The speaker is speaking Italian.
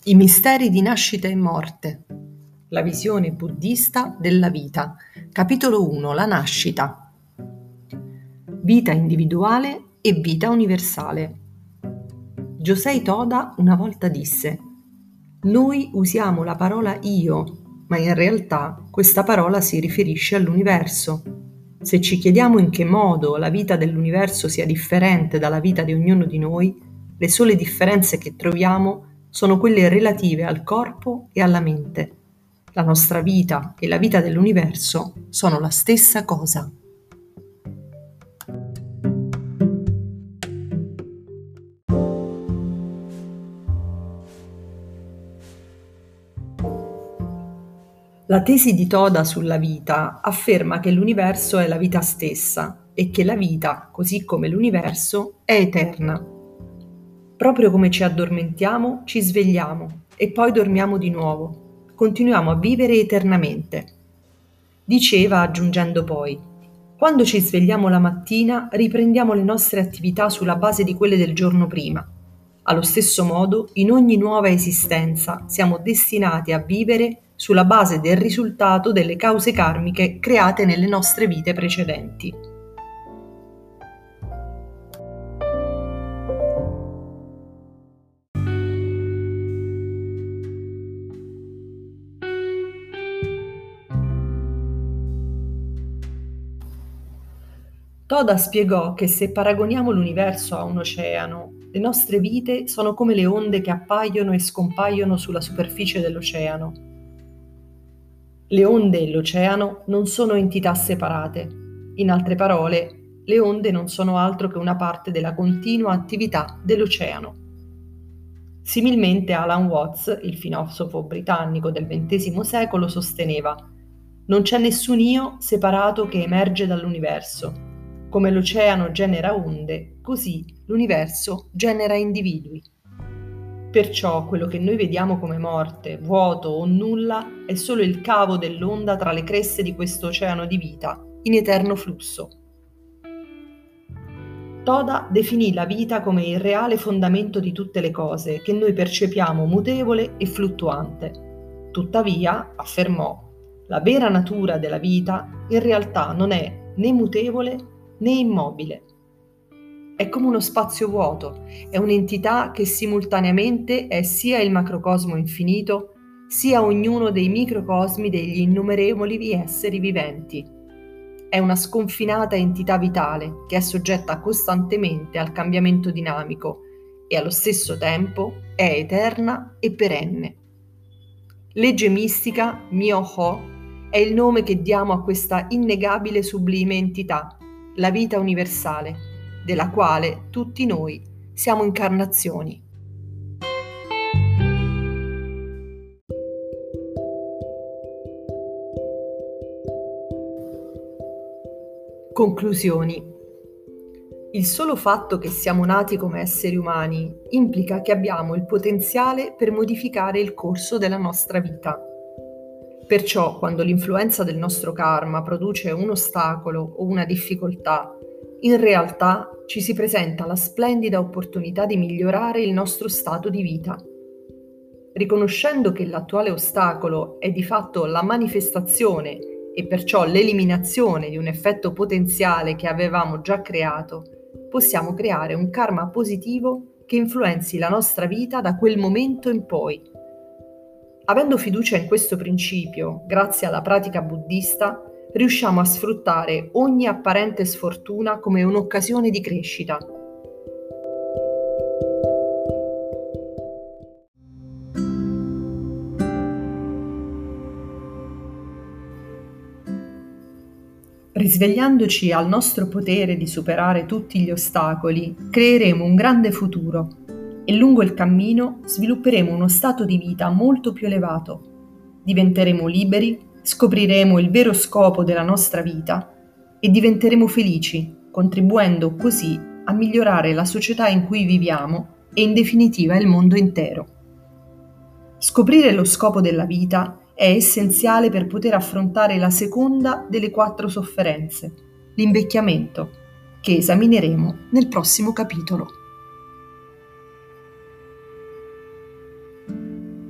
I misteri di nascita e morte. La visione buddista della vita. Capitolo 1. La nascita. Vita individuale e vita universale. Josei Toda una volta disse: «Noi usiamo la parola io, ma in realtà questa parola si riferisce all'universo. Se ci chiediamo in che modo la vita dell'universo sia differente dalla vita di ognuno di noi, le sole differenze che troviamo sono quelle relative al corpo e alla mente. La nostra vita e la vita dell'universo sono la stessa cosa». La tesi di Toda sulla vita afferma che l'universo è la vita stessa e che la vita, così come l'universo, è eterna. Proprio come ci addormentiamo, ci svegliamo e poi dormiamo di nuovo. Continuiamo a vivere eternamente. Diceva, aggiungendo poi: quando ci svegliamo la mattina, riprendiamo le nostre attività sulla base di quelle del giorno prima. Allo stesso modo, in ogni nuova esistenza siamo destinati a vivere sulla base del risultato delle cause karmiche create nelle nostre vite precedenti. Toda spiegò che se paragoniamo l'universo a un oceano, le nostre vite sono come le onde che appaiono e scompaiono sulla superficie dell'oceano. Le onde e l'oceano non sono entità separate. In altre parole, le onde non sono altro che una parte della continua attività dell'oceano. Similmente Alan Watts, il filosofo britannico del XX secolo, sosteneva: non c'è nessun io separato che emerge dall'universo. Come l'oceano genera onde, così l'universo genera individui. Perciò quello che noi vediamo come morte, vuoto o nulla è solo il cavo dell'onda tra le creste di questo oceano di vita, in eterno flusso. Toda definì la vita come il reale fondamento di tutte le cose che noi percepiamo mutevole e fluttuante. Tuttavia, affermò, la vera natura della vita in realtà non è né mutevole né immobile. È come uno spazio vuoto, è un'entità che simultaneamente è sia il macrocosmo infinito, sia ognuno dei microcosmi degli innumerevoli esseri viventi. È una sconfinata entità vitale che è soggetta costantemente al cambiamento dinamico e allo stesso tempo è eterna e perenne. Legge mistica, Myoho, è il nome che diamo a questa innegabile sublime entità, la vita universale, della quale tutti noi siamo incarnazioni. Conclusioni. Il solo fatto che siamo nati come esseri umani implica che abbiamo il potenziale per modificare il corso della nostra vita. Perciò, quando l'influenza del nostro karma produce un ostacolo o una difficoltà, in realtà ci si presenta la splendida opportunità di migliorare il nostro stato di vita. Riconoscendo che l'attuale ostacolo è di fatto la manifestazione e perciò l'eliminazione di un effetto potenziale che avevamo già creato, possiamo creare un karma positivo che influenzi la nostra vita da quel momento in poi. Avendo fiducia in questo principio, grazie alla pratica buddista, riusciamo a sfruttare ogni apparente sfortuna come un'occasione di crescita. Risvegliandoci al nostro potere di superare tutti gli ostacoli, creeremo un grande futuro e lungo il cammino svilupperemo uno stato di vita molto più elevato. Diventeremo liberi, scopriremo il vero scopo della nostra vita e diventeremo felici, contribuendo così a migliorare la società in cui viviamo e in definitiva il mondo intero. Scoprire lo scopo della vita è essenziale per poter affrontare la seconda delle 4 sofferenze, l'invecchiamento, che esamineremo nel prossimo capitolo.